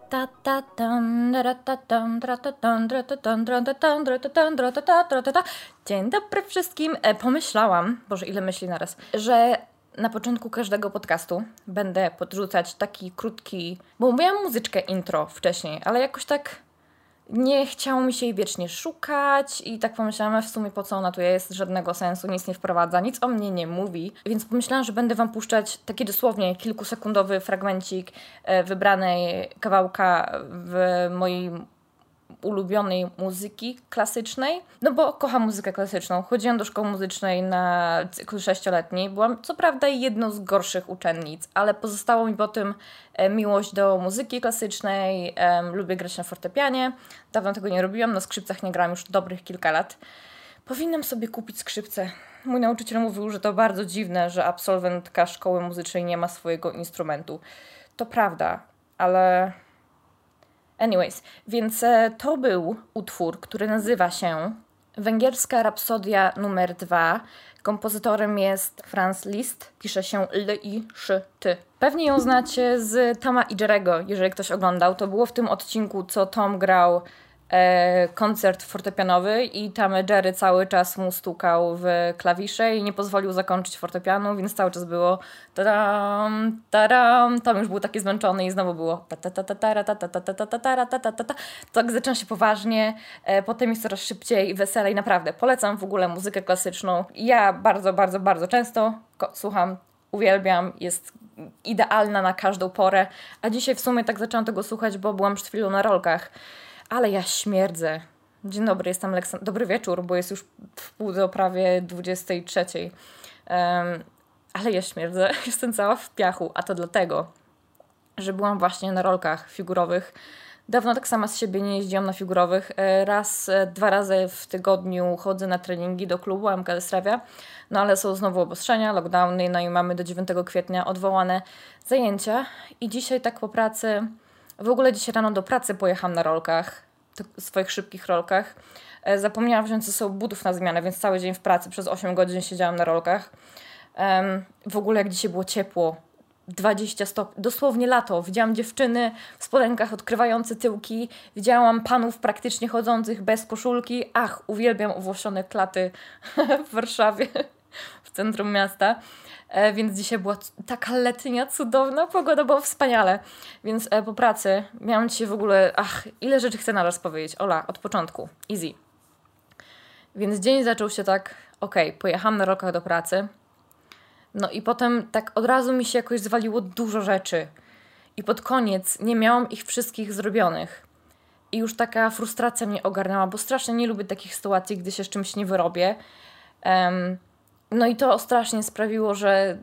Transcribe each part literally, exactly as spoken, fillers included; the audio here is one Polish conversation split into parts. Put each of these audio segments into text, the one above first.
Dzień dobry wszystkim. E, pomyślałam, Boże, ile myśli naraz, że na początku każdego podcastu będę podrzucać taki krótki, bo miałam muzyczkę intro wcześniej, ale jakoś tak nie chciało mi się jej wiecznie szukać i tak pomyślałam, w sumie po co ona tu jest, żadnego sensu, nic nie wprowadza, nic o mnie nie mówi, więc pomyślałam, że będę wam puszczać taki dosłownie kilkusekundowy fragmencik e, wybranej kawałka w mojej ulubionej muzyki klasycznej, no bo kocham muzykę klasyczną. Chodziłam do szkoły muzycznej na cykl sześcioletni. Byłam co prawda jedną z gorszych uczennic, ale pozostało mi po tym e, miłość do muzyki klasycznej. E, lubię grać na fortepianie. Dawno tego nie robiłam, na skrzypcach nie gram już dobrych kilka lat. Powinnam sobie kupić skrzypce. Mój nauczyciel mówił, że to bardzo dziwne, że absolwentka szkoły muzycznej nie ma swojego instrumentu. To prawda, ale... Anyways, więc e, to był utwór, który nazywa się Węgierska Rapsodia numer dwa. Kompozytorem jest Franz Liszt. Pisze się L-I-Sz-T. Pewnie ją znacie z Toma i Jerry'ego, jeżeli ktoś oglądał. To było w tym odcinku, co Tom grał e, koncert fortepianowy i tam Jerry cały czas mu stukał w klawisze i nie pozwolił zakończyć fortepianu, więc cały czas było taram, taram. Tom już był taki zmęczony i znowu było tak zaczyna się poważnie, e, potem jest coraz szybciej i weselej. Naprawdę, polecam w ogóle muzykę klasyczną. Ja bardzo, bardzo, bardzo często ko- słucham, uwielbiam, jest idealna na każdą porę, a dzisiaj w sumie tak zaczęłam tego słuchać, bo byłam przed chwilą na rolkach. Ale ja śmierdzę. Dzień dobry, jestem Leksan... Dobry wieczór, bo jest już w pół do prawie dwudziestej trzeciej. Um, ale ja śmierdzę. Jestem cała w piachu, a to dlatego, że byłam właśnie na rolkach figurowych. Dawno tak sama z siebie nie jeździłam na figurowych. Raz, dwa razy w tygodniu chodzę na treningi do klubu M K Strawia, no ale są znowu obostrzenia, lockdowny, no i mamy do dziewiątego kwietnia odwołane zajęcia. I dzisiaj tak po pracy... W ogóle dzisiaj rano do pracy pojechałam na rolkach, swoich szybkich rolkach. Zapomniałam wziąć ze sobą butów na zmianę, więc cały dzień w pracy przez osiem godzin siedziałam na rolkach. Um, w ogóle jak dzisiaj było ciepło, dwadzieścia stopni, dosłownie lato. Widziałam dziewczyny w spodenkach odkrywające tyłki, widziałam panów praktycznie chodzących bez koszulki. Ach, uwielbiam owłosione klaty w Warszawie, w centrum miasta. E, więc dzisiaj była taka letnia, cudowna pogoda, było wspaniale. Więc e, po pracy miałam dzisiaj w ogóle, ach, ile rzeczy chcę naraz powiedzieć. Ola, od początku, easy. Więc dzień zaczął się tak, okej, okay, pojechałam na rolkach do pracy. No i potem tak od razu mi się jakoś zwaliło dużo rzeczy. I pod koniec nie miałam ich wszystkich zrobionych. I już taka frustracja mnie ogarnęła, bo strasznie nie lubię takich sytuacji, gdy się z czymś nie wyrobię. Um, No i to strasznie sprawiło, że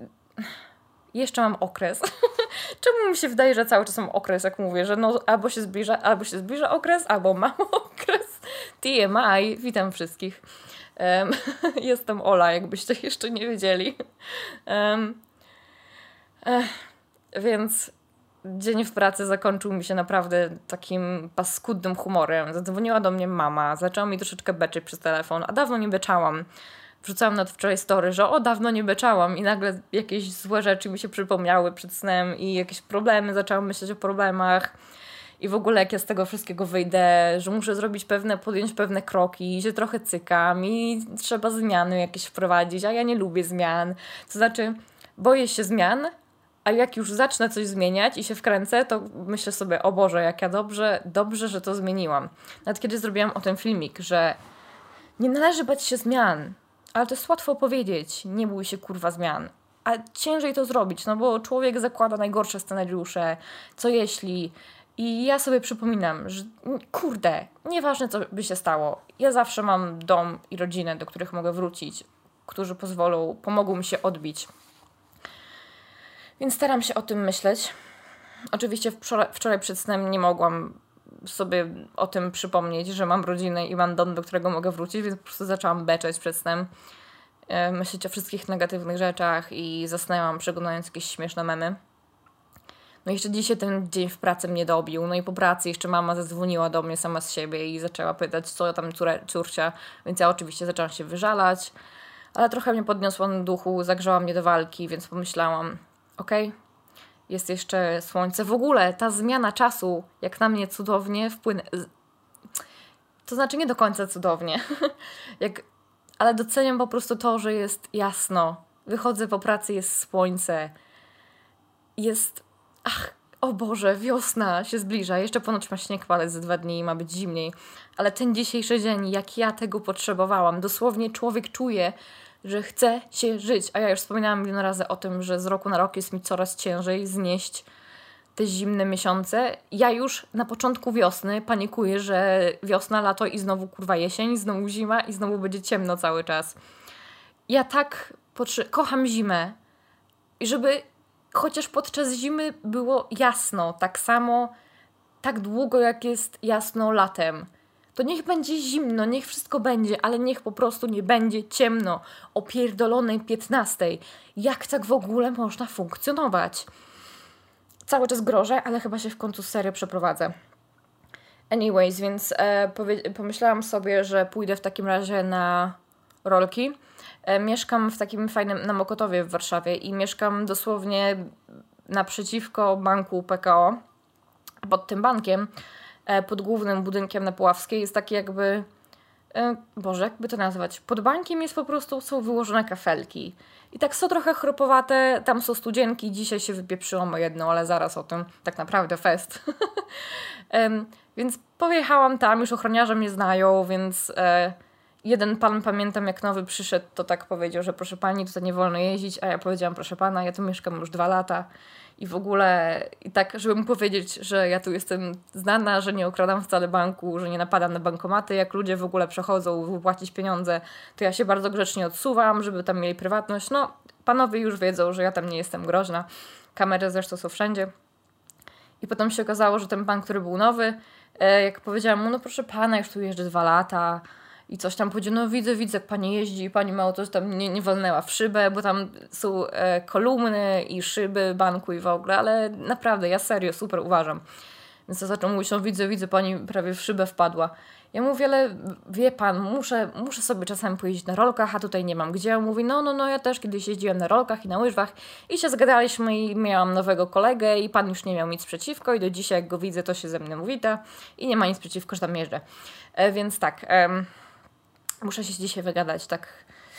jeszcze mam okres. Czemu mi się wydaje, że cały czas mam okres, jak mówię, że no albo się zbliża, albo się zbliża okres, albo mam okres. T M I, witam wszystkich. Um, jestem Ola, jakbyście jeszcze nie wiedzieli. Um, eh, więc dzień w pracy zakończył mi się naprawdę takim paskudnym humorem. Zadzwoniła do mnie mama, zaczęła mi troszeczkę beczeć przez telefon, a dawno nie beczałam. Wrzucałam na to wczoraj story, że o, dawno nie beczałam i nagle jakieś złe rzeczy mi się przypomniały przed snem i jakieś problemy, zaczęłam myśleć o problemach i w ogóle jak ja z tego wszystkiego wyjdę, że muszę zrobić pewne, podjąć pewne kroki, że trochę cykam i trzeba zmiany jakieś wprowadzić, a ja nie lubię zmian. To znaczy, boję się zmian, a jak już zacznę coś zmieniać i się wkręcę, to myślę sobie, o Boże, jak ja dobrze, dobrze, że to zmieniłam. Nawet kiedy zrobiłam o tym filmik, że nie należy bać się zmian, ale to jest łatwo powiedzieć, nie bój się kurwa zmian. A ciężej to zrobić, no bo człowiek zakłada najgorsze scenariusze, co jeśli... I ja sobie przypominam, że kurde, nieważne co by się stało, ja zawsze mam dom i rodzinę, do których mogę wrócić, którzy pozwolą, pomogą mi się odbić. Więc staram się o tym myśleć. Oczywiście wczoraj, wczoraj przed snem nie mogłam sobie o tym przypomnieć, że mam rodzinę i mam dom, do którego mogę wrócić, więc po prostu zaczęłam beczeć przed snem, myśleć o wszystkich negatywnych rzeczach i zasnęłam, przeglądając jakieś śmieszne memy. No i jeszcze dzisiaj ten dzień w pracy mnie dobił, no i po pracy jeszcze mama zadzwoniła do mnie sama z siebie i zaczęła pytać, co tam córe, córcia, więc ja oczywiście zaczęłam się wyżalać, ale trochę mnie podniosła na duchu, zagrzała mnie do walki, więc pomyślałam, okej, okay, jest jeszcze słońce. W ogóle ta zmiana czasu, jak na mnie cudownie wpłynie... To znaczy nie do końca cudownie, jak... ale doceniam po prostu to, że jest jasno. Wychodzę po pracy, jest słońce. Jest... Ach, o Boże, wiosna się zbliża. Jeszcze ponoć ma śnieg padać za dwa dni i ma być zimniej. Ale ten dzisiejszy dzień, jak ja tego potrzebowałam. Dosłownie człowiek czuje, że chce się żyć. A ja już wspominałam milion razy o tym, że z roku na rok jest mi coraz ciężej znieść te zimne miesiące. Ja już na początku wiosny panikuję, że wiosna, lato i znowu kurwa jesień, znowu zima i znowu będzie ciemno cały czas. Ja tak potrze- kocham zimę. I żeby chociaż podczas zimy było jasno, tak samo, tak długo jak jest jasno latem. To niech będzie zimno, niech wszystko będzie, ale niech po prostu nie będzie ciemno o pierdolonej piętnastej. Jak tak w ogóle można funkcjonować? Cały czas grożę, ale chyba się w końcu serio przeprowadzę. Anyways, więc e, powie- pomyślałam sobie, że pójdę w takim razie na rolki. E, mieszkam w takim fajnym, na Mokotowie w Warszawie i mieszkam dosłownie naprzeciwko banku P K O. Pod tym bankiem, e, pod głównym budynkiem na Puławskiej jest taki jakby... E, Boże, jakby to nazwać? Pod bankiem jest po prostu, są wyłożone kafelki. I tak są trochę chropowate, tam są studzienki, dzisiaj się wypieprzyłam o jedno, ale zaraz o tym, tak naprawdę fest. um, więc pojechałam tam, już ochroniarze mnie znają, więc e, jeden pan, pamiętam jak nowy przyszedł, to tak powiedział, że proszę pani, tutaj nie wolno jeździć, a ja powiedziałam, proszę pana, ja tu mieszkam już dwa lata i w ogóle, i tak, żeby mu powiedzieć, że ja tu jestem znana, że nie okradam wcale banku, że nie napadam na bankomaty, jak ludzie w ogóle przechodzą wypłacić pieniądze, to ja się bardzo grzecznie odsuwam, żeby tam mieli prywatność. No, panowie już wiedzą, że ja tam nie jestem groźna. Kamery zresztą są wszędzie. I potem się okazało, że ten pan, który był nowy, jak powiedziałam mu, no proszę pana, już tu jeżdżę dwa lata, i coś tam powiedział, no widzę, widzę, jak pani jeździ i pani mało coś tam nie, nie walnęła w szybę, bo tam są e, kolumny i szyby banku i w ogóle, ale naprawdę, ja serio, super uważam. Więc to zaczął mówić, no widzę, widzę, pani prawie w szybę wpadła. Ja mówię, ale wie pan, muszę, muszę sobie czasami pojeździć na rolkach, a tutaj nie mam gdzie. On mówi, no, no, no, ja też kiedyś jeździłem na rolkach i na łyżwach i się zgadaliśmy i miałam nowego kolegę i pan już nie miał nic przeciwko i do dzisiaj jak go widzę, to się ze mną wita i nie ma nic przeciwko, że tam jeżdżę. E, więc tak... Em, Muszę się dzisiaj wygadać, tak.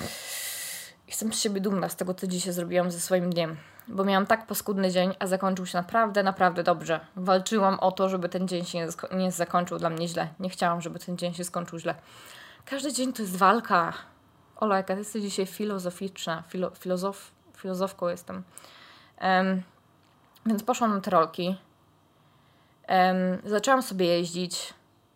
Jestem z siebie dumna z tego, co dzisiaj zrobiłam ze swoim dniem. Bo miałam tak paskudny dzień, a zakończył się naprawdę, naprawdę dobrze. Walczyłam o to, żeby ten dzień się nie, sko- nie zakończył dla mnie źle. Nie chciałam, żeby ten dzień się skończył źle. Każdy dzień to jest walka. Ola, jaka ty jesteś dzisiaj filozoficzna. Filo- filozof- filozofką jestem. Um, więc poszłam na te rolki. Um, zaczęłam sobie jeździć.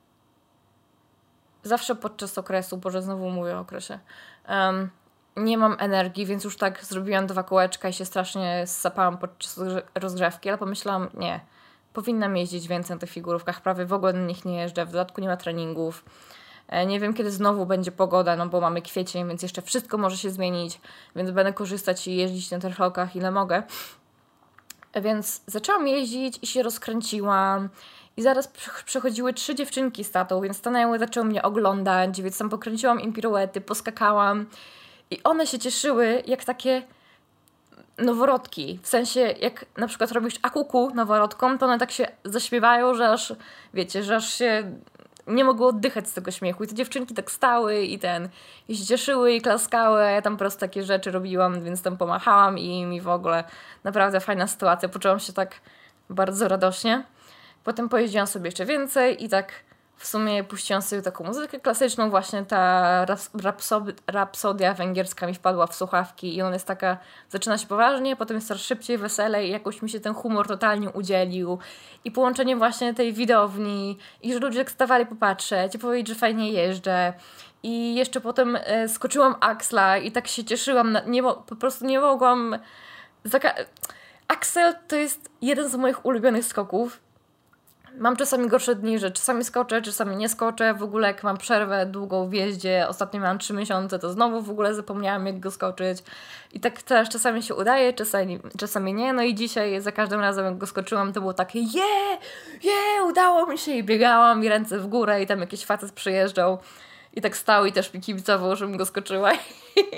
Zawsze podczas okresu, Boże, znowu mówię o okresie, um, nie mam energii, więc już tak zrobiłam dwa kółeczka i się strasznie ssapałam podczas rozgrzewki, ale pomyślałam, nie, powinnam jeździć więcej na tych figurówkach, prawie w ogóle na nich nie jeżdżę, w dodatku nie ma treningów. E, nie wiem, kiedy znowu będzie pogoda, no bo mamy kwiecień, więc jeszcze wszystko może się zmienić, więc będę korzystać i jeździć na tych rolkach ile mogę. E, więc zaczęłam jeździć i się rozkręciłam. I zaraz przechodziły trzy dziewczynki z tatą, więc stanęły, zaczęły mnie oglądać, więc tam pokręciłam im piruety, poskakałam i one się cieszyły jak takie noworodki. W sensie, jak na przykład robisz akuku noworodkom, to one tak się zaśmiewają, że aż, wiecie, że aż się nie mogły oddychać z tego śmiechu. I te dziewczynki tak stały i ten, i się cieszyły i klaskały, a ja tam po prostu takie rzeczy robiłam, więc tam pomachałam i mi w ogóle naprawdę fajna sytuacja. Poczułam się tak bardzo radośnie. Potem pojeździłam sobie jeszcze więcej i tak w sumie puściłam sobie taką muzykę klasyczną, właśnie ta rapsod- rapsodia węgierska mi wpadła w słuchawki i ona jest taka, zaczyna się poważnie, potem jest coraz szybciej, weselej i jakoś mi się ten humor totalnie udzielił i połączenie właśnie tej widowni i że ludzie tak stawali popatrzeć i powiedzieć, że fajnie jeżdżę i jeszcze potem e, skoczyłam Axla i tak się cieszyłam, na, nie mo- po prostu nie mogłam zaka- Axel to jest jeden z moich ulubionych skoków. Mam czasami gorsze dni, że czasami skoczę, czasami nie skoczę. W ogóle jak mam przerwę długą w jeździe, ostatnio miałam trzy miesiące, to znowu w ogóle zapomniałam jak go skoczyć. I tak też czasami się udaje, czasami, czasami nie. No i dzisiaj za każdym razem jak go skoczyłam, to było takie je, yeah, je, yeah, udało mi się i biegałam i ręce w górę i tam jakiś facet przyjeżdżał i tak stał i też mi kibicował, żebym go skoczyła.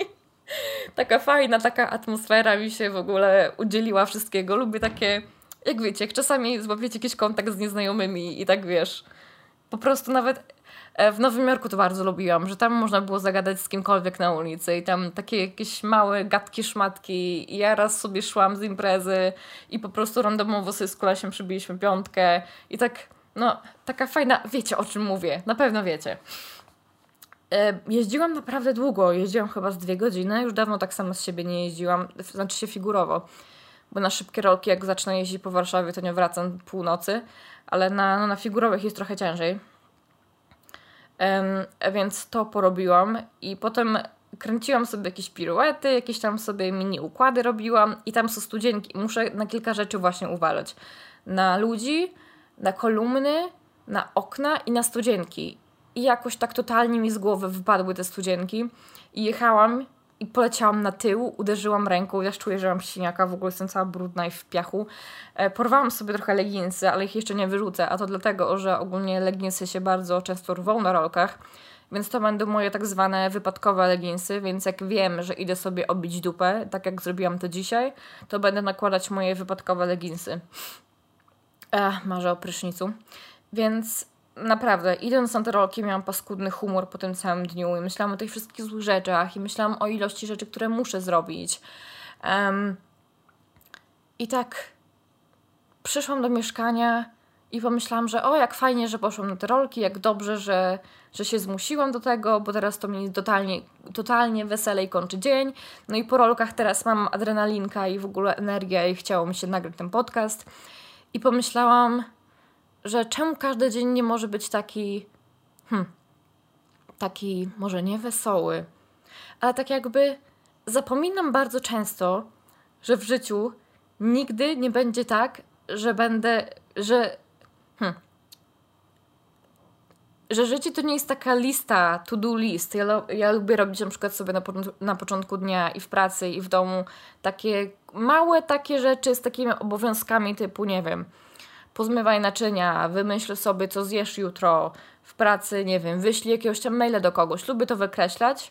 Taka fajna, taka atmosfera mi się w ogóle udzieliła wszystkiego. Lubię takie, jak wiecie, jak czasami złapiecie jakiś kontakt z nieznajomymi i tak wiesz, po prostu nawet e, w Nowym Jorku to bardzo lubiłam, że tam można było zagadać z kimkolwiek na ulicy i tam takie jakieś małe gadki, szmatki i ja raz sobie szłam z imprezy i po prostu randomowo sobie z kolesiem przybiliśmy piątkę i tak, no, taka fajna, wiecie o czym mówię, na pewno wiecie. E, jeździłam naprawdę długo, jeździłam chyba z dwie godziny, już dawno tak samo z siebie nie jeździłam, znaczy się figurowo, bo na szybkie rolki jak zacznę jeździć po Warszawie to nie wracam północy, ale na, no, na figurowych jest trochę ciężej. Um, więc to porobiłam i potem kręciłam sobie jakieś piruety, jakieś tam sobie mini układy robiłam i tam są studzienki. Muszę na kilka rzeczy właśnie uważać. Na ludzi, na kolumny, na okna i na studzienki. I jakoś tak totalnie mi z głowy wypadły te studzienki i jechałam i poleciałam na tył, uderzyłam ręką, ja czuję, że mam siniaka, w ogóle jestem cała brudna i w piachu. E, porwałam sobie trochę leginsy, ale ich jeszcze nie wyrzucę, a to dlatego, że ogólnie leginsy się bardzo często rwą na rolkach, więc to będą moje tak zwane wypadkowe leginsy, więc jak wiem, że idę sobie obić dupę, tak jak zrobiłam to dzisiaj, to będę nakładać moje wypadkowe leginsy. Ech, marzę o prysznicu. Więc naprawdę, idąc na te rolki, miałam paskudny humor po tym całym dniu i myślałam o tych wszystkich złych rzeczach i myślałam o ilości rzeczy, które muszę zrobić. Um, I tak przyszłam do mieszkania i pomyślałam, że o, jak fajnie, że poszłam na te rolki, jak dobrze, że, że się zmusiłam do tego, bo teraz to mi totalnie, totalnie weselej kończy dzień. No i po rolkach teraz mam adrenalinka i w ogóle energia i chciało mi się nagrać ten podcast. I pomyślałam, że czemu każdy dzień nie może być taki, hmm, taki może nie wesoły, ale tak jakby zapominam bardzo często, że w życiu nigdy nie będzie tak, że będę, że, hmm, że życie to nie jest taka lista, to-do list. Ja, ja lubię robić na przykład sobie na, na początku dnia i w pracy i w domu takie małe takie rzeczy z takimi obowiązkami typu, nie wiem, pozmywaj naczynia, wymyśl sobie, co zjesz jutro w pracy, nie wiem, wyślij jakiegoś tam maila do kogoś. Lubię to wykreślać.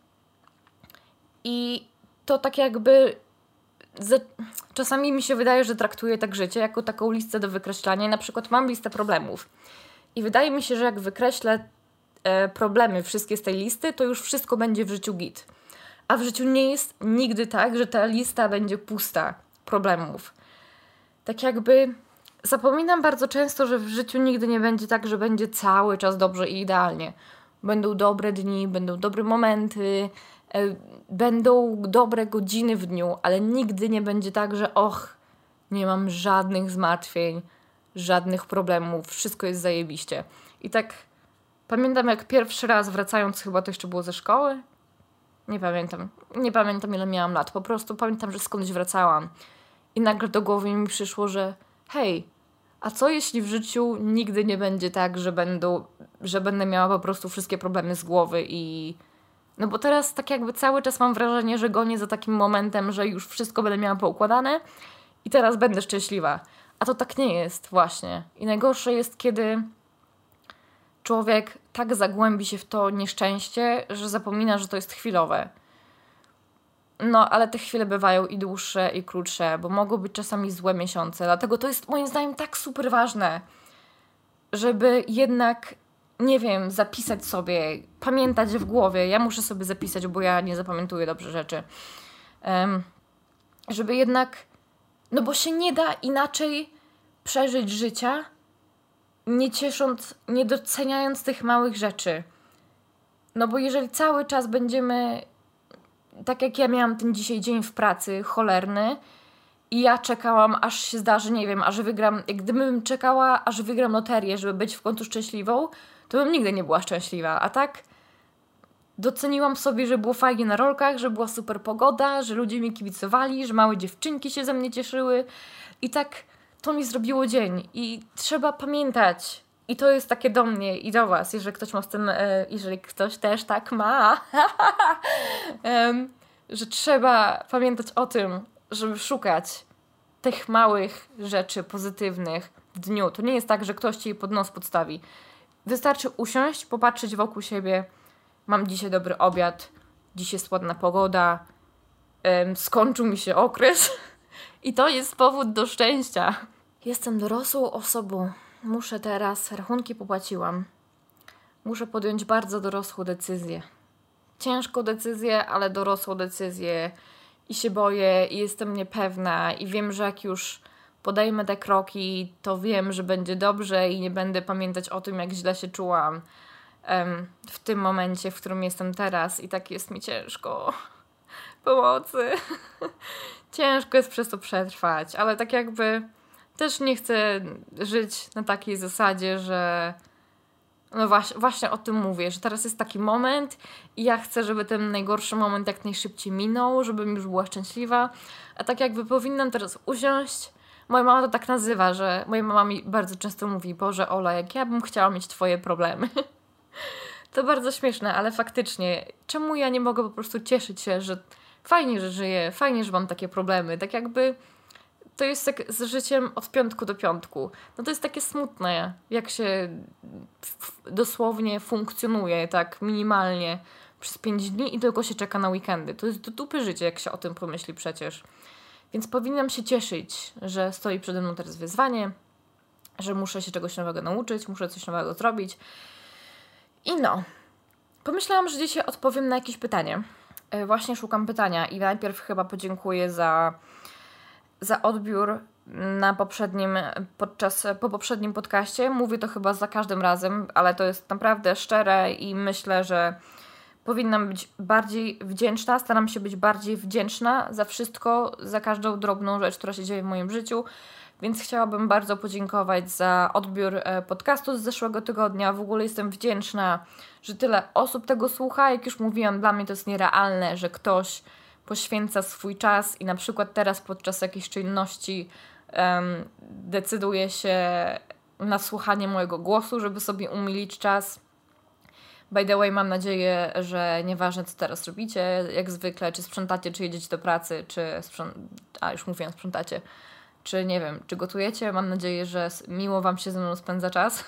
I to tak jakby ze... czasami mi się wydaje, że traktuję tak życie jako taką listę do wykreślania. Na przykład mam listę problemów. I wydaje mi się, że jak wykreślę e, problemy wszystkie z tej listy, to już wszystko będzie w życiu git. A w życiu nie jest nigdy tak, że ta lista będzie pusta problemów. Tak jakby zapominam bardzo często, że w życiu nigdy nie będzie tak, że będzie cały czas dobrze i idealnie. Będą dobre dni, będą dobre momenty, e, będą dobre godziny w dniu, ale nigdy nie będzie tak, że och, nie mam żadnych zmartwień, żadnych problemów, wszystko jest zajebiście. I tak pamiętam, jak pierwszy raz wracając, chyba to jeszcze było ze szkoły, nie pamiętam, nie pamiętam ile miałam lat, po prostu pamiętam, że skądś wracałam i nagle do głowy mi przyszło, że hej, a co jeśli w życiu nigdy nie będzie tak, że będą, że będę miała po prostu wszystkie problemy z głowy i... No bo teraz tak jakby cały czas mam wrażenie, że gonię za takim momentem, że już wszystko będę miała poukładane i teraz będę szczęśliwa. A to tak nie jest właśnie. I najgorsze jest, kiedy człowiek tak zagłębi się w to nieszczęście, że zapomina, że to jest chwilowe. No, ale te chwile bywają i dłuższe, i krótsze, bo mogą być czasami złe miesiące. Dlatego to jest moim zdaniem tak super ważne, żeby jednak, nie wiem, zapisać sobie, pamiętać w głowie. Ja muszę sobie zapisać, bo ja nie zapamiętuję dobrze rzeczy. Um, żeby jednak, no bo się nie da inaczej przeżyć życia, nie ciesząc, nie doceniając tych małych rzeczy. No bo jeżeli cały czas będziemy... Tak jak ja miałam ten dzisiaj dzień w pracy, cholerny, i ja czekałam, aż się zdarzy, nie wiem, aż wygram, jak gdybym czekała, aż wygram loterię, żeby być w końcu szczęśliwą, to bym nigdy nie była szczęśliwa. A tak doceniłam sobie, że było fajnie na rolkach, że była super pogoda, że ludzie mi kibicowali, że małe dziewczynki się ze mnie cieszyły i tak to mi zrobiło dzień. I trzeba pamiętać, i to jest takie do mnie i do was, jeżeli ktoś ma z tym, e, jeżeli ktoś też tak ma, um, że trzeba pamiętać o tym, żeby szukać tych małych rzeczy pozytywnych w dniu. To nie jest tak, że ktoś ci je pod nos podstawi. Wystarczy usiąść, popatrzeć wokół siebie. Mam dzisiaj dobry obiad. dziś jest ładna pogoda, ym, skończył mi się okres i to jest powód do szczęścia. Jestem dorosłą osobą. Muszę teraz, rachunki popłaciłam. Muszę podjąć bardzo dorosłą decyzję. Ciężką decyzję, ale dorosłą decyzję. I się boję, i jestem niepewna, i wiem, że jak już podejmę te kroki, to wiem, że będzie dobrze i nie będę pamiętać o tym, jak źle się czułam um, w tym momencie, w którym jestem teraz. I tak jest mi ciężko. Pomocy. Ciężko jest przez to przetrwać, ale tak jakby też nie chcę żyć na takiej zasadzie, że no właśnie, właśnie o tym mówię, że teraz jest taki moment i ja chcę, żeby ten najgorszy moment jak najszybciej minął, żebym już była szczęśliwa, a tak jakby powinnam teraz usiąść. Moja mama to tak nazywa, że moja mama mi bardzo często mówi: Boże Ola, jak ja bym chciała mieć twoje problemy. To bardzo śmieszne, ale faktycznie, czemu ja nie mogę po prostu cieszyć się, że fajnie, że żyję, fajnie, że mam takie problemy, tak jakby to jest tak z życiem od piątku do piątku. No to jest takie smutne, jak się f- dosłownie funkcjonuje tak minimalnie przez pięć dni i tylko się czeka na weekendy. To jest do dupy życie, jak się o tym pomyśli przecież. Więc powinnam się cieszyć, że stoi przede mną teraz wyzwanie, że muszę się czegoś nowego nauczyć, muszę coś nowego zrobić. I no, pomyślałam, że dzisiaj odpowiem na jakieś pytanie. Właśnie szukam pytania i najpierw chyba podziękuję za... za odbiór na poprzednim, podczas, po poprzednim podcaście. Mówię to chyba za każdym razem, ale to jest naprawdę szczere i myślę, że powinnam być bardziej wdzięczna. Staram się być bardziej wdzięczna za wszystko, za każdą drobną rzecz, która się dzieje w moim życiu. Więc chciałabym bardzo podziękować za odbiór podcastu z zeszłego tygodnia. W ogóle jestem wdzięczna, że tyle osób tego słucha. Jak już mówiłam, dla mnie to jest nierealne, że ktoś poświęca swój czas i na przykład teraz podczas jakiejś czynności um, decyduje się na słuchanie mojego głosu, żeby sobie umilić czas. By the way, mam nadzieję, że nieważne co teraz robicie, jak zwykle, czy sprzątacie, czy jedziecie do pracy, czy sprząt... a już mówiłam, sprzątacie, czy nie wiem, czy gotujecie. Mam nadzieję, że miło wam się ze mną spędza czas.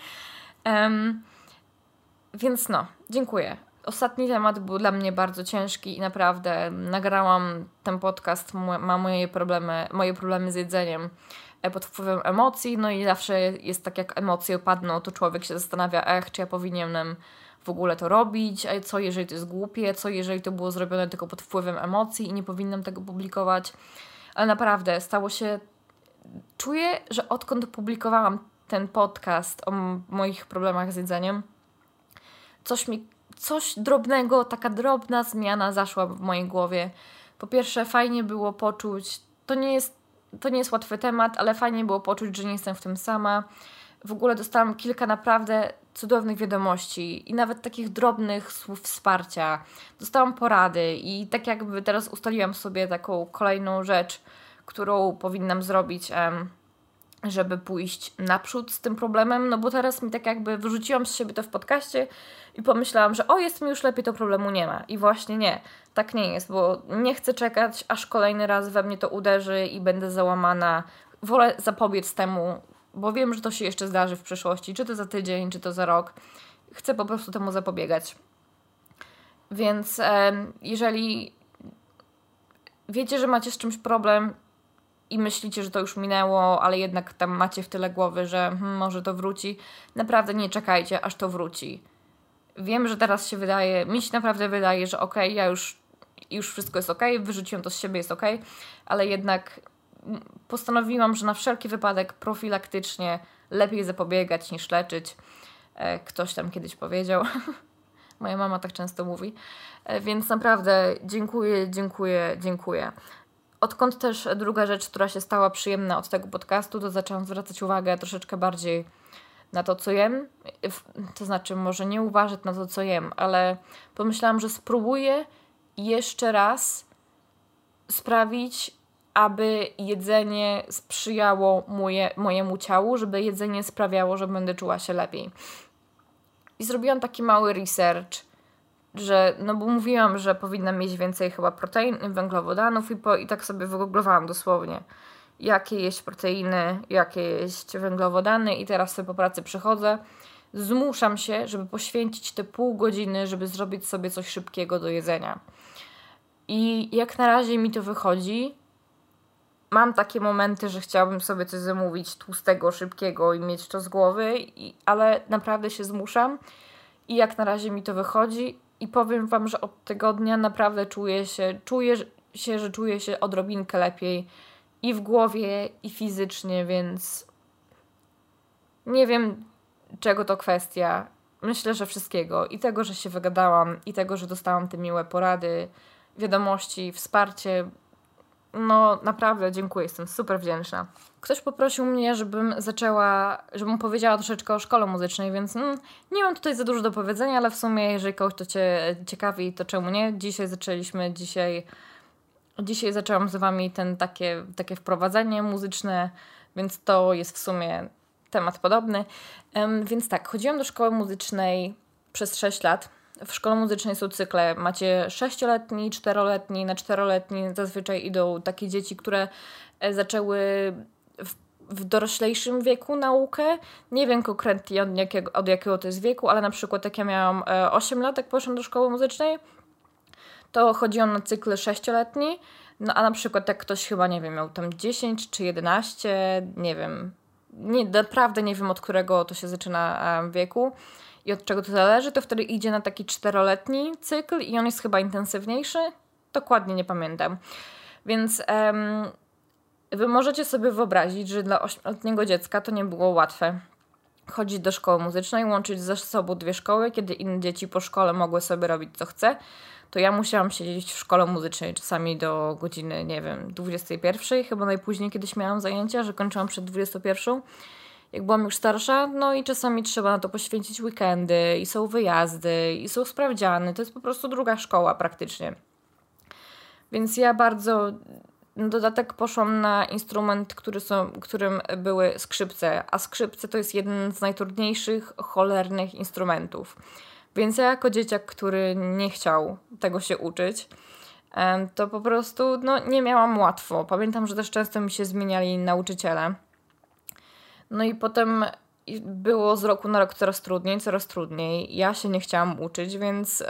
um, więc no, dziękuję. Ostatni temat był dla mnie bardzo ciężki i naprawdę nagrałam ten podcast, ma moje problemy, moje problemy z jedzeniem pod wpływem emocji, no i zawsze jest tak, jak emocje opadną, to człowiek się zastanawia, ech, czy ja powinienem w ogóle to robić, a co jeżeli to jest głupie, co jeżeli to było zrobione tylko pod wpływem emocji i nie powinnam tego publikować, ale naprawdę stało się, czuję, że odkąd publikowałam ten podcast o moich problemach z jedzeniem, coś mi Coś drobnego, taka drobna zmiana zaszła w mojej głowie. Po pierwsze, fajnie było poczuć, to nie jest, to nie jest łatwy temat, ale fajnie było poczuć, że nie jestem w tym sama. W ogóle dostałam kilka naprawdę cudownych wiadomości i nawet takich drobnych słów wsparcia. Dostałam porady i tak jakby teraz ustaliłam sobie taką kolejną rzecz, którą powinnam zrobić, em, żeby pójść naprzód z tym problemem, no bo teraz mi tak jakby wyrzuciłam z siebie to w podcaście i pomyślałam, że o, jest mi już lepiej, to problemu nie ma. I właśnie nie, tak nie jest, bo nie chcę czekać, aż kolejny raz we mnie to uderzy i będę załamana. Wolę zapobiec temu, bo wiem, że to się jeszcze zdarzy w przyszłości, czy to za tydzień, czy to za rok. Chcę po prostu temu zapobiegać. Więc e, jeżeli wiecie, że macie z czymś problem i myślicie, że to już minęło, ale jednak tam macie w tyle głowy, że hmm, może to wróci, naprawdę nie czekajcie, aż to wróci. Wiem, że teraz się wydaje, mi się naprawdę wydaje, że okej, okay, ja już, już wszystko jest okej, okay, wyrzuciłam to z siebie, jest okej, okay, ale jednak postanowiłam, że na wszelki wypadek profilaktycznie lepiej zapobiegać niż leczyć. Ktoś tam kiedyś powiedział. Moja mama tak często mówi. Więc naprawdę dziękuję, dziękuję, dziękuję. Odkąd też druga rzecz, która się stała przyjemna od tego podcastu, to zaczęłam zwracać uwagę troszeczkę bardziej na to, co jem. To znaczy, może nie uważać na to, co jem, ale pomyślałam, że spróbuję jeszcze raz sprawić, aby jedzenie sprzyjało moje, mojemu ciału, żeby jedzenie sprawiało, że będę czuła się lepiej. I zrobiłam taki mały research, że, no bo mówiłam, że powinnam mieć więcej chyba protein, węglowodanów i, po, i tak sobie wygooglowałam dosłownie, jakie jeść proteiny, jakie jeść węglowodany i teraz sobie po pracy przychodzę zmuszam się, żeby poświęcić te pół godziny, żeby zrobić sobie coś szybkiego do jedzenia. I jak na razie mi to wychodzi. Mam takie momenty, że chciałabym sobie coś zamówić tłustego, szybkiego i mieć to z głowy, i, ale naprawdę się zmuszam i jak na razie mi to wychodzi i powiem wam, że od tygodnia naprawdę czuję się, czuję się, że czuję się odrobinkę lepiej i w głowie, i fizycznie, więc nie wiem, czego to kwestia. Myślę, że wszystkiego. I tego, że się wygadałam, i tego, że dostałam te miłe porady, wiadomości, wsparcie. No naprawdę dziękuję, jestem super wdzięczna. Ktoś poprosił mnie, żebym zaczęła, żebym powiedziała troszeczkę o szkole muzycznej, więc mm, nie mam tutaj za dużo do powiedzenia, ale w sumie jeżeli kogoś to cię ciekawi, to czemu nie? Dzisiaj zaczęliśmy, dzisiaj, dzisiaj zaczęłam z wami ten takie, takie wprowadzenie muzyczne, więc to jest w sumie temat podobny. Um, więc tak, chodziłam do szkoły muzycznej przez sześć lat. W szkole muzycznej są cykle. Macie sześcioletni, czteroletni. Na czteroletni zazwyczaj idą takie dzieci, które zaczęły w, w doroślejszym wieku naukę. Nie wiem konkretnie od jakiego, od jakiego to jest wieku, ale na przykład jak ja miałam osiem lat, jak poszłam do szkoły muzycznej, to chodziłam na cykl sześcioletni. No a na przykład jak ktoś chyba, nie wiem, miał tam dziesięć czy jedenaście, nie wiem, nie, naprawdę nie wiem od którego to się zaczyna wieku i od czego to zależy, to wtedy idzie na taki czteroletni cykl i on jest chyba intensywniejszy. Dokładnie nie pamiętam. Więc em, wy możecie sobie wyobrazić, że dla ośmioletniego dziecka to nie było łatwe chodzić do szkoły muzycznej, łączyć ze sobą dwie szkoły, kiedy inne dzieci po szkole mogły sobie robić co chce, to ja musiałam siedzieć w szkole muzycznej czasami do godziny, nie wiem, dwudziestej pierwszej, chyba najpóźniej kiedyś miałam zajęcia, że kończyłam przed dwudziestą pierwszą, jak byłam już starsza, no i czasami trzeba na to poświęcić weekendy i są wyjazdy i są sprawdziany, to jest po prostu druga szkoła praktycznie. Więc ja bardzo, na dodatek poszłam na instrument, który są, którym były skrzypce, a skrzypce to jest jeden z najtrudniejszych, cholernych instrumentów. Więc ja jako dzieciak, który nie chciał tego się uczyć, to po prostu no, nie miałam łatwo. Pamiętam, że też często mi się zmieniali nauczyciele. No i potem było z roku na rok coraz trudniej, coraz trudniej. Ja się nie chciałam uczyć, więc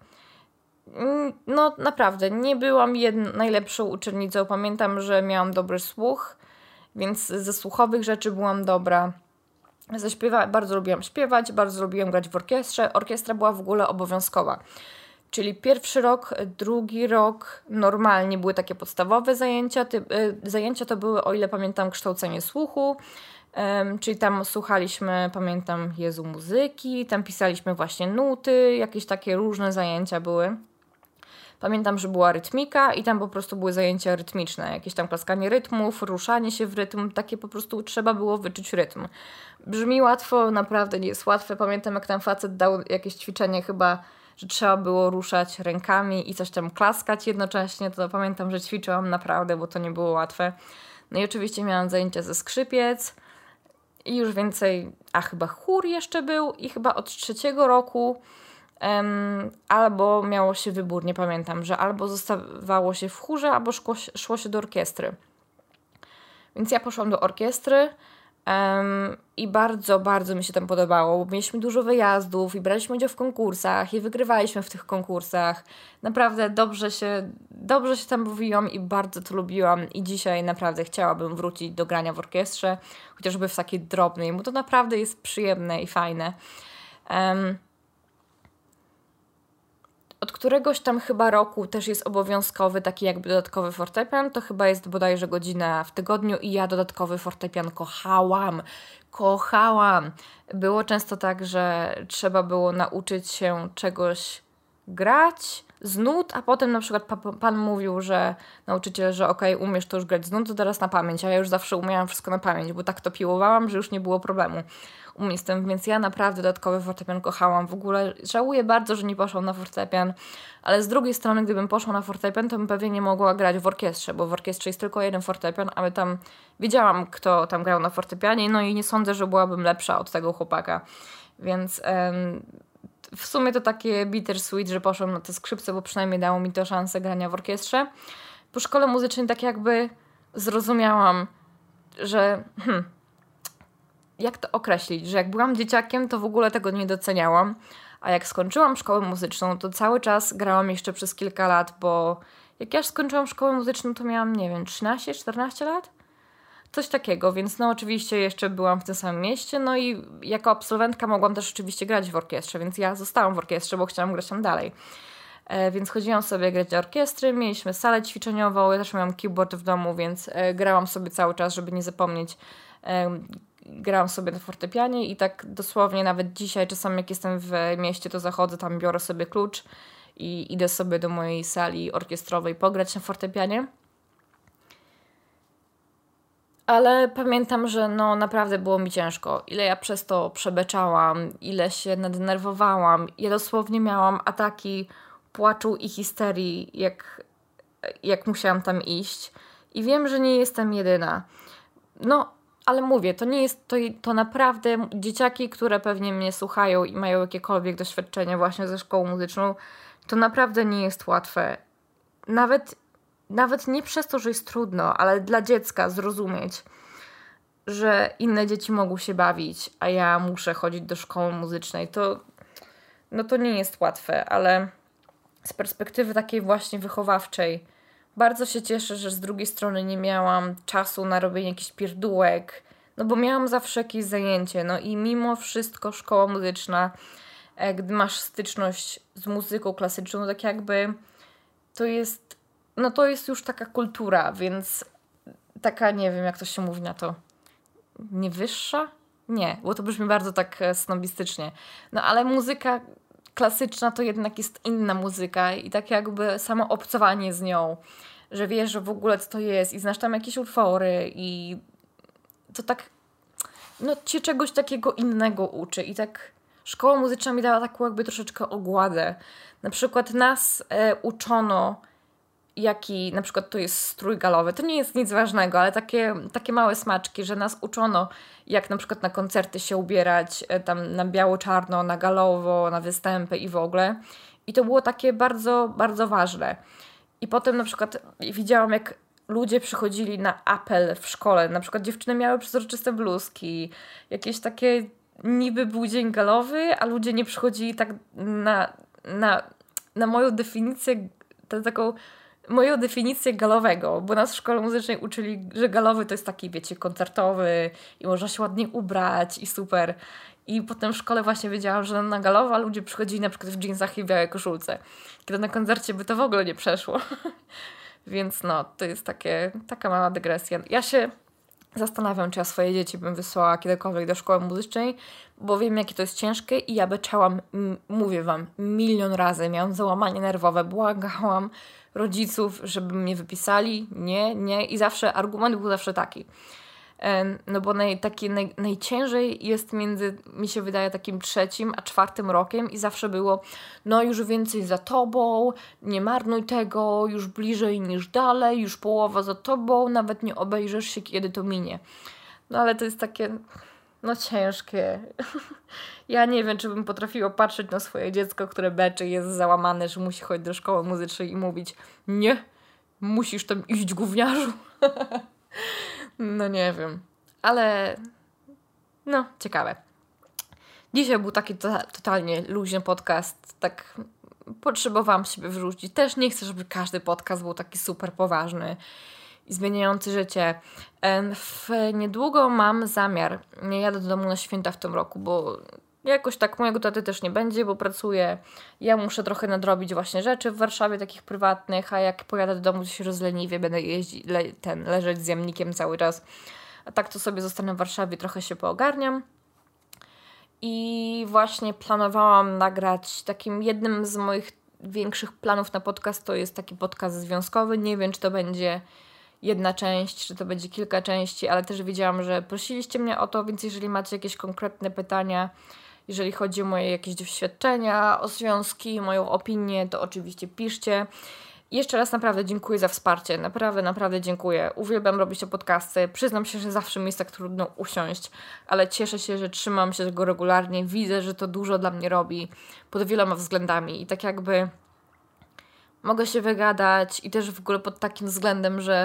no naprawdę nie byłam jedną, najlepszą uczennicą. Pamiętam, że miałam dobry słuch, więc ze słuchowych rzeczy byłam dobra. Zaśpiewa- bardzo lubiłam śpiewać, bardzo lubiłam grać w orkiestrze. Orkiestra była w ogóle obowiązkowa. Czyli pierwszy rok, drugi rok normalnie były takie podstawowe zajęcia. Ty- y- zajęcia to były, o ile pamiętam, kształcenie słuchu. Um, czyli tam słuchaliśmy, pamiętam, Jezu, muzyki, tam pisaliśmy właśnie nuty, jakieś takie różne zajęcia były. Pamiętam, że była rytmika i tam po prostu były zajęcia rytmiczne, jakieś tam klaskanie rytmów, ruszanie się w rytm, takie po prostu trzeba było wyczuć rytm. Brzmi łatwo, naprawdę nie jest łatwe. Pamiętam, jak tam facet dał jakieś ćwiczenie chyba, że trzeba było ruszać rękami i coś tam klaskać jednocześnie, to pamiętam, że ćwiczyłam naprawdę, bo to nie było łatwe. No i oczywiście miałam zajęcia ze skrzypiec i już więcej, a chyba chór jeszcze był i chyba od trzeciego roku Um, albo miało się wybór, nie pamiętam, że albo zostawało się w chórze, albo szło, szło się do orkiestry. Więc ja poszłam do orkiestry um, i bardzo, bardzo mi się tam podobało, bo mieliśmy dużo wyjazdów i braliśmy udział w konkursach i wygrywaliśmy w tych konkursach. Naprawdę dobrze się, dobrze się tam bawiłam i bardzo to lubiłam i dzisiaj naprawdę chciałabym wrócić do grania w orkiestrze, chociażby w takiej drobnej, bo to naprawdę jest przyjemne i fajne. Um, Od któregoś tam chyba roku też jest obowiązkowy taki jakby dodatkowy fortepian. To chyba jest bodajże godzina w tygodniu i ja dodatkowy fortepian kochałam. Kochałam. Było często tak, że trzeba było nauczyć się czegoś grać z nut, a potem na przykład pa- pan mówił, że nauczyciel, że okej, okay, umiesz to już grać z nut, to teraz na pamięć, a ja już zawsze umiałam wszystko na pamięć, bo tak to piłowałam, że już nie było problemu u mnie z tym, więc ja naprawdę dodatkowy fortepian kochałam. W ogóle żałuję bardzo, że nie poszłam na fortepian, ale z drugiej strony, gdybym poszła na fortepian, to bym pewnie nie mogła grać w orkiestrze, bo w orkiestrze jest tylko jeden fortepian, a my tam wiedziałam, kto tam grał na fortepianie, no i nie sądzę, że byłabym lepsza od tego chłopaka, więc em, w sumie to takie bittersweet, że poszłam na te skrzypce, bo przynajmniej dało mi to szansę grania w orkiestrze. Po szkole muzycznej tak jakby zrozumiałam, że hmm, jak to określić, że jak byłam dzieciakiem, to w ogóle tego nie doceniałam, a jak skończyłam szkołę muzyczną, to cały czas grałam jeszcze przez kilka lat, bo jak ja skończyłam szkołę muzyczną, to miałam, nie wiem, trzynaście czternaście lat? Coś takiego, więc no oczywiście jeszcze byłam w tym samym mieście, no i jako absolwentka mogłam też oczywiście grać w orkiestrze, więc ja zostałam w orkiestrze, bo chciałam grać tam dalej. E, więc chodziłam sobie grać do orkiestry, mieliśmy salę ćwiczeniową, ja też miałam keyboard w domu, więc e, grałam sobie cały czas, żeby nie zapomnieć. E, grałam sobie na fortepianie i tak dosłownie nawet dzisiaj czasami jak jestem w mieście, to zachodzę tam, biorę sobie klucz i idę sobie do mojej sali orkiestrowej pograć na fortepianie. Ale pamiętam, że no naprawdę było mi ciężko. Ile ja przez to przebeczałam, ile się nadenerwowałam. Ja dosłownie miałam ataki płaczu i histerii, jak, jak musiałam tam iść. I wiem, że nie jestem jedyna. No, ale mówię, to nie jest, to, to naprawdę dzieciaki, które pewnie mnie słuchają i mają jakiekolwiek doświadczenie właśnie ze szkołą muzyczną, to naprawdę nie jest łatwe. Nawet Nawet nie przez to, że jest trudno, ale dla dziecka zrozumieć, że inne dzieci mogą się bawić, a ja muszę chodzić do szkoły muzycznej, to, no to nie jest łatwe, ale z perspektywy takiej właśnie wychowawczej bardzo się cieszę, że z drugiej strony nie miałam czasu na robienie jakichś pierdółek, no bo miałam zawsze jakieś zajęcie, no i mimo wszystko szkoła muzyczna, gdy masz styczność z muzyką klasyczną, tak jakby to jest No to jest już taka kultura, więc taka, nie wiem jak to się mówi na to, nie wyższa? Nie, bo to brzmi bardzo tak snobistycznie. No ale muzyka klasyczna to jednak jest inna muzyka i tak jakby samo obcowanie z nią, że wiesz, że w ogóle co to jest i znasz tam jakieś utwory i to tak, no cię czegoś takiego innego uczy i tak szkoła muzyczna mi dała taką jakby troszeczkę ogładę. Na przykład nas e, uczono, jaki na przykład to jest strój galowy. To nie jest nic ważnego, ale takie, takie małe smaczki, że nas uczono, jak na przykład na koncerty się ubierać, tam na biało-czarno, na galowo, na występy i w ogóle. I to było takie bardzo, bardzo ważne. I potem na przykład widziałam, jak ludzie przychodzili na apel w szkole. Na przykład dziewczyny miały przezroczyste bluzki, jakieś takie niby był dzień galowy, a ludzie nie przychodzili tak na, na, na moją definicję, tę taką moją definicję galowego, bo nas w szkole muzycznej uczyli, że galowy to jest taki, wiecie, koncertowy i można się ładnie ubrać i super. I potem w szkole właśnie wiedziałam, że na galowa ludzie przychodzili na przykład w dżinsach i białej koszulce. Kiedy na koncercie by to w ogóle nie przeszło. Więc no, to jest takie, taka mała dygresja. Ja się zastanawiam, czy ja swoje dzieci bym wysłała kiedykolwiek do szkoły muzycznej, bo wiem, jakie to jest ciężkie i ja beczałam, m- mówię wam, milion razy. Miałam załamanie nerwowe, błagałam rodziców, żeby mnie wypisali. Nie, nie. I zawsze argument był zawsze taki. No bo naj, taki naj, najciężej jest między, mi się wydaje, takim trzecim a czwartym rokiem i zawsze było, no już więcej za tobą, nie marnuj tego, już bliżej niż dalej, już połowa za tobą, nawet nie obejrzysz się, kiedy to minie. No ale to jest takie, no ciężkie. Ja nie wiem, czy bym potrafiła patrzeć na swoje dziecko, które beczy, jest załamane, że musi chodzić do szkoły muzycznej i mówić, nie, musisz tam iść, gówniarzu. No nie wiem, ale no ciekawe. Dzisiaj był taki to, totalnie luźny podcast, tak potrzebowałam siebie wyrzucić. Też nie chcę, żeby każdy podcast był taki super poważny i zmieniający życie. W niedługo mam zamiar, nie jadę do domu na święta w tym roku, bo jakoś tak mojego taty też nie będzie, bo pracuję. Ja muszę trochę nadrobić właśnie rzeczy w Warszawie takich prywatnych, a jak pojadę do domu, to się rozleniwię, będę jeździć, le, ten, leżeć z jamnikiem cały czas. A tak to sobie zostanę w Warszawie, trochę się poogarniam. I właśnie planowałam nagrać takim jednym z moich większych planów na podcast, to jest taki podcast związkowy. Nie wiem, czy to będzie jedna część, czy to będzie kilka części, ale też wiedziałam, że prosiliście mnie o to, więc jeżeli macie jakieś konkretne pytania, jeżeli chodzi o moje jakieś doświadczenia, o związki, moją opinię, to oczywiście piszcie. I jeszcze raz naprawdę dziękuję za wsparcie. Naprawdę, naprawdę dziękuję. Uwielbiam robić te podcasty. Przyznam się, że zawsze mi jest tak trudno usiąść, ale cieszę się, że trzymam się tego regularnie. Widzę, że to dużo dla mnie robi pod wieloma względami. I tak jakby mogę się wygadać i też w ogóle pod takim względem, że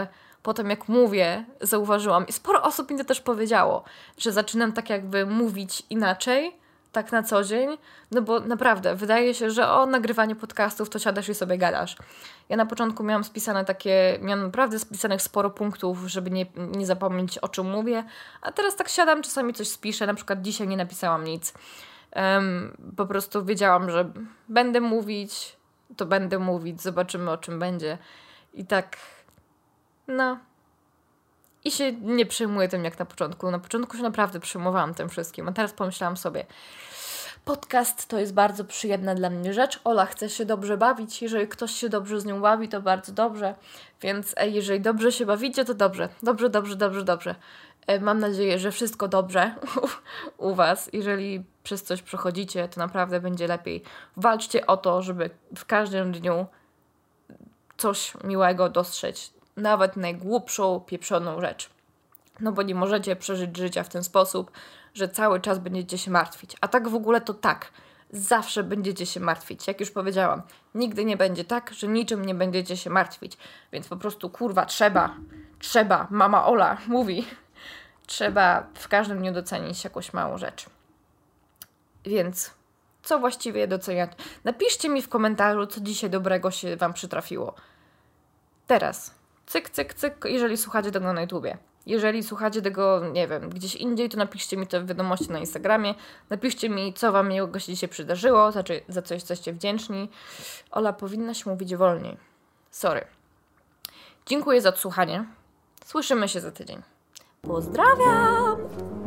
potem jak mówię, zauważyłam i sporo osób mi to też powiedziało, że zaczynam tak jakby mówić inaczej, tak na co dzień, no bo naprawdę wydaje się, że o nagrywanie podcastów to siadasz i sobie gadasz. Ja na początku miałam spisane takie, miałam naprawdę spisanych sporo punktów, żeby nie, nie zapomnieć, o czym mówię, a teraz tak siadam, czasami coś spiszę, na przykład dzisiaj nie napisałam nic. Um, po prostu wiedziałam, że będę mówić, to będę mówić, zobaczymy, o czym będzie. I tak, no... I się nie przejmuję tym jak na początku. Na początku się naprawdę przejmowałam tym wszystkim, a teraz pomyślałam sobie, podcast to jest bardzo przyjemna dla mnie rzecz. Ola chce się dobrze bawić. Jeżeli ktoś się dobrze z nią bawi, to bardzo dobrze. Więc ej, jeżeli dobrze się bawicie, to dobrze. Dobrze, dobrze, dobrze, dobrze. E, mam nadzieję, że wszystko dobrze u, u Was. Jeżeli przez coś przechodzicie, to naprawdę będzie lepiej. Walczcie o to, żeby w każdym dniu coś miłego dostrzec. Nawet najgłupszą, pieprzoną rzecz. No bo nie możecie przeżyć życia w ten sposób, że cały czas będziecie się martwić. A tak w ogóle to tak. Zawsze będziecie się martwić. Jak już powiedziałam, nigdy nie będzie tak, że niczym nie będziecie się martwić. Więc po prostu, kurwa, trzeba, trzeba, mama Ola mówi, trzeba w każdym dniu docenić jakąś małą rzecz. Więc co właściwie doceniacie? Napiszcie mi w komentarzu, co dzisiaj dobrego się Wam przytrafiło. Teraz. Cyk, cyk, cyk, jeżeli słuchacie tego na YouTubie. Jeżeli słuchacie tego, nie wiem, gdzieś indziej, to napiszcie mi to w wiadomości na Instagramie. Napiszcie mi, co Wam miłego się dzisiaj przydarzyło, znaczy za co jesteście wdzięczni. Ola, powinnaś mówić wolniej. Sorry. Dziękuję za odsłuchanie. Słyszymy się za tydzień. Pozdrawiam!